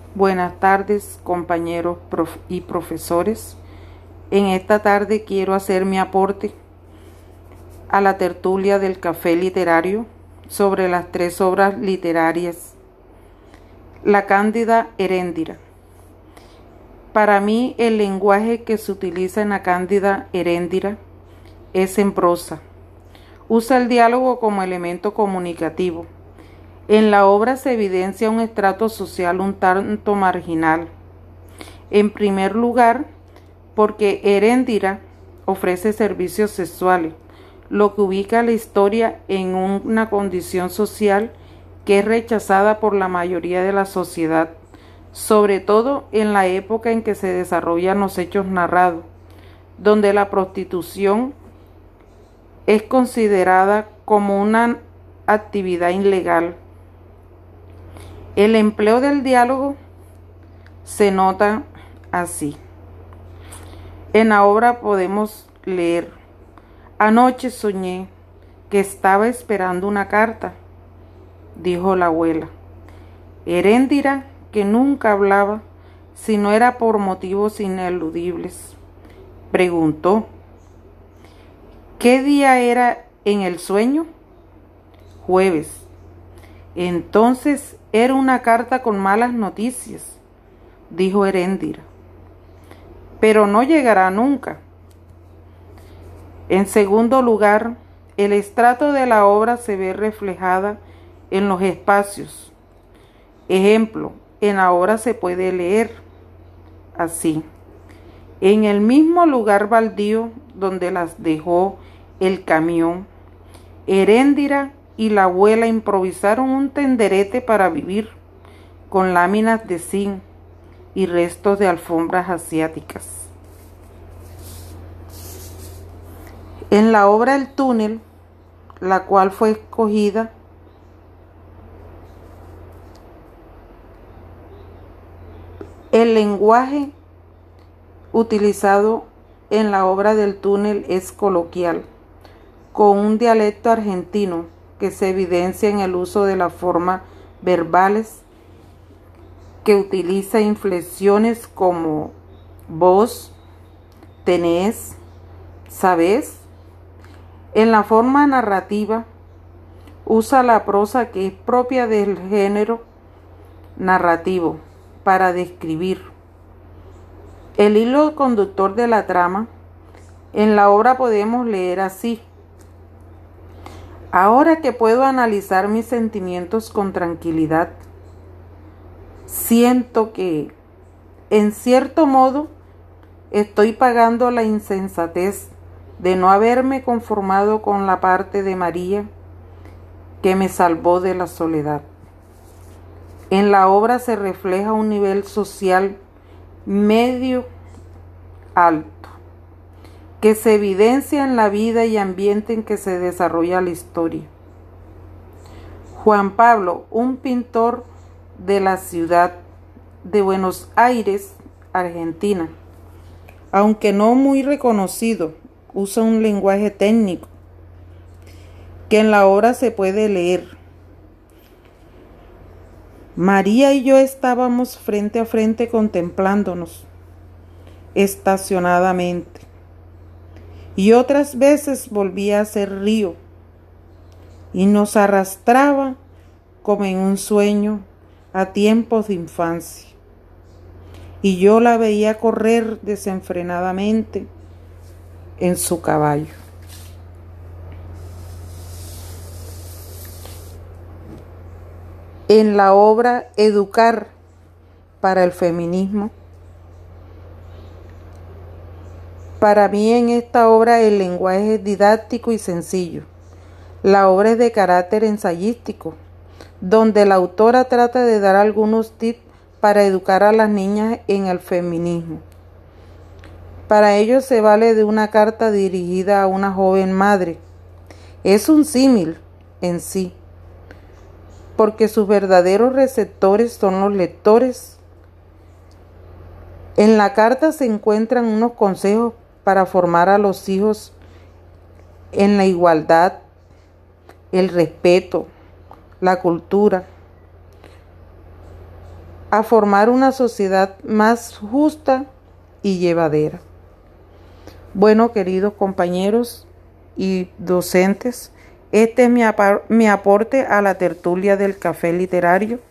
Buenas tardes, compañeros y profesores. En esta tarde quiero hacer mi aporte a la tertulia del café literario sobre las 3 obras literarias. La Cándida Heréndira. Para mí, el lenguaje que se utiliza en la Cándida Heréndira es en prosa. Usa el diálogo como elemento comunicativo. En la obra se evidencia un estrato social un tanto marginal. En primer lugar, porque Heréndira ofrece servicios sexuales, lo que ubica la historia en una condición social que es rechazada por la mayoría de la sociedad, sobre todo en la época en que se desarrollan los hechos narrados, donde la prostitución es considerada como una actividad ilegal. El empleo del diálogo se nota así. En la obra podemos leer: anoche soñé que estaba esperando una carta, dijo la abuela. Heréndira, que nunca hablaba si no era por motivos ineludibles, preguntó: ¿qué día era en el sueño? Jueves. Entonces era una carta con malas noticias, dijo Heréndira. Pero no llegará nunca. En segundo lugar, el estrato de la obra se ve reflejada en los espacios. Ejemplo, en la obra se puede leer así: en el mismo lugar baldío donde las dejó el camión, Heréndira y la abuela improvisaron un tenderete para vivir, con láminas de zinc y restos de alfombras asiáticas. En la obra El túnel, la cual fue escogida el lenguaje utilizado en la obra del túnel es coloquial, con un dialecto argentino que se evidencia en el uso de las formas verbales, que utiliza inflexiones como vos, tenés, sabés. En la forma narrativa usa la prosa que es propia del género narrativo para describir. El hilo conductor de la trama en la obra podemos leer así: ahora que puedo analizar mis sentimientos con tranquilidad, siento que, en cierto modo, estoy pagando la insensatez de no haberme conformado con la parte de María que me salvó de la soledad. En la obra se refleja un nivel social medio alto, que se evidencia en la vida y ambiente en que se desarrolla la historia. Juan Pablo, un pintor de la ciudad de Buenos Aires, Argentina, aunque no muy reconocido, usa un lenguaje técnico que en la obra se puede leer. María y yo estábamos frente a frente contemplándonos estacionadamente, y otras veces volvía a ser río y nos arrastraba como en un sueño a tiempos de infancia, y yo la veía correr desenfrenadamente en su caballo. En la obra Educar para el feminismo, para mí en esta obra el lenguaje es didáctico y sencillo. La obra es de carácter ensayístico, donde la autora trata de dar algunos tips para educar a las niñas en el feminismo. Para ello se vale de una carta dirigida a una joven madre. Es un símil en sí, porque sus verdaderos receptores son los lectores. En la carta se encuentran unos consejos para formar a los hijos en la igualdad, el respeto, la cultura, a formar una sociedad más justa y llevadera. Bueno, queridos compañeros y docentes, este es mi aporte a la tertulia del Café Literario.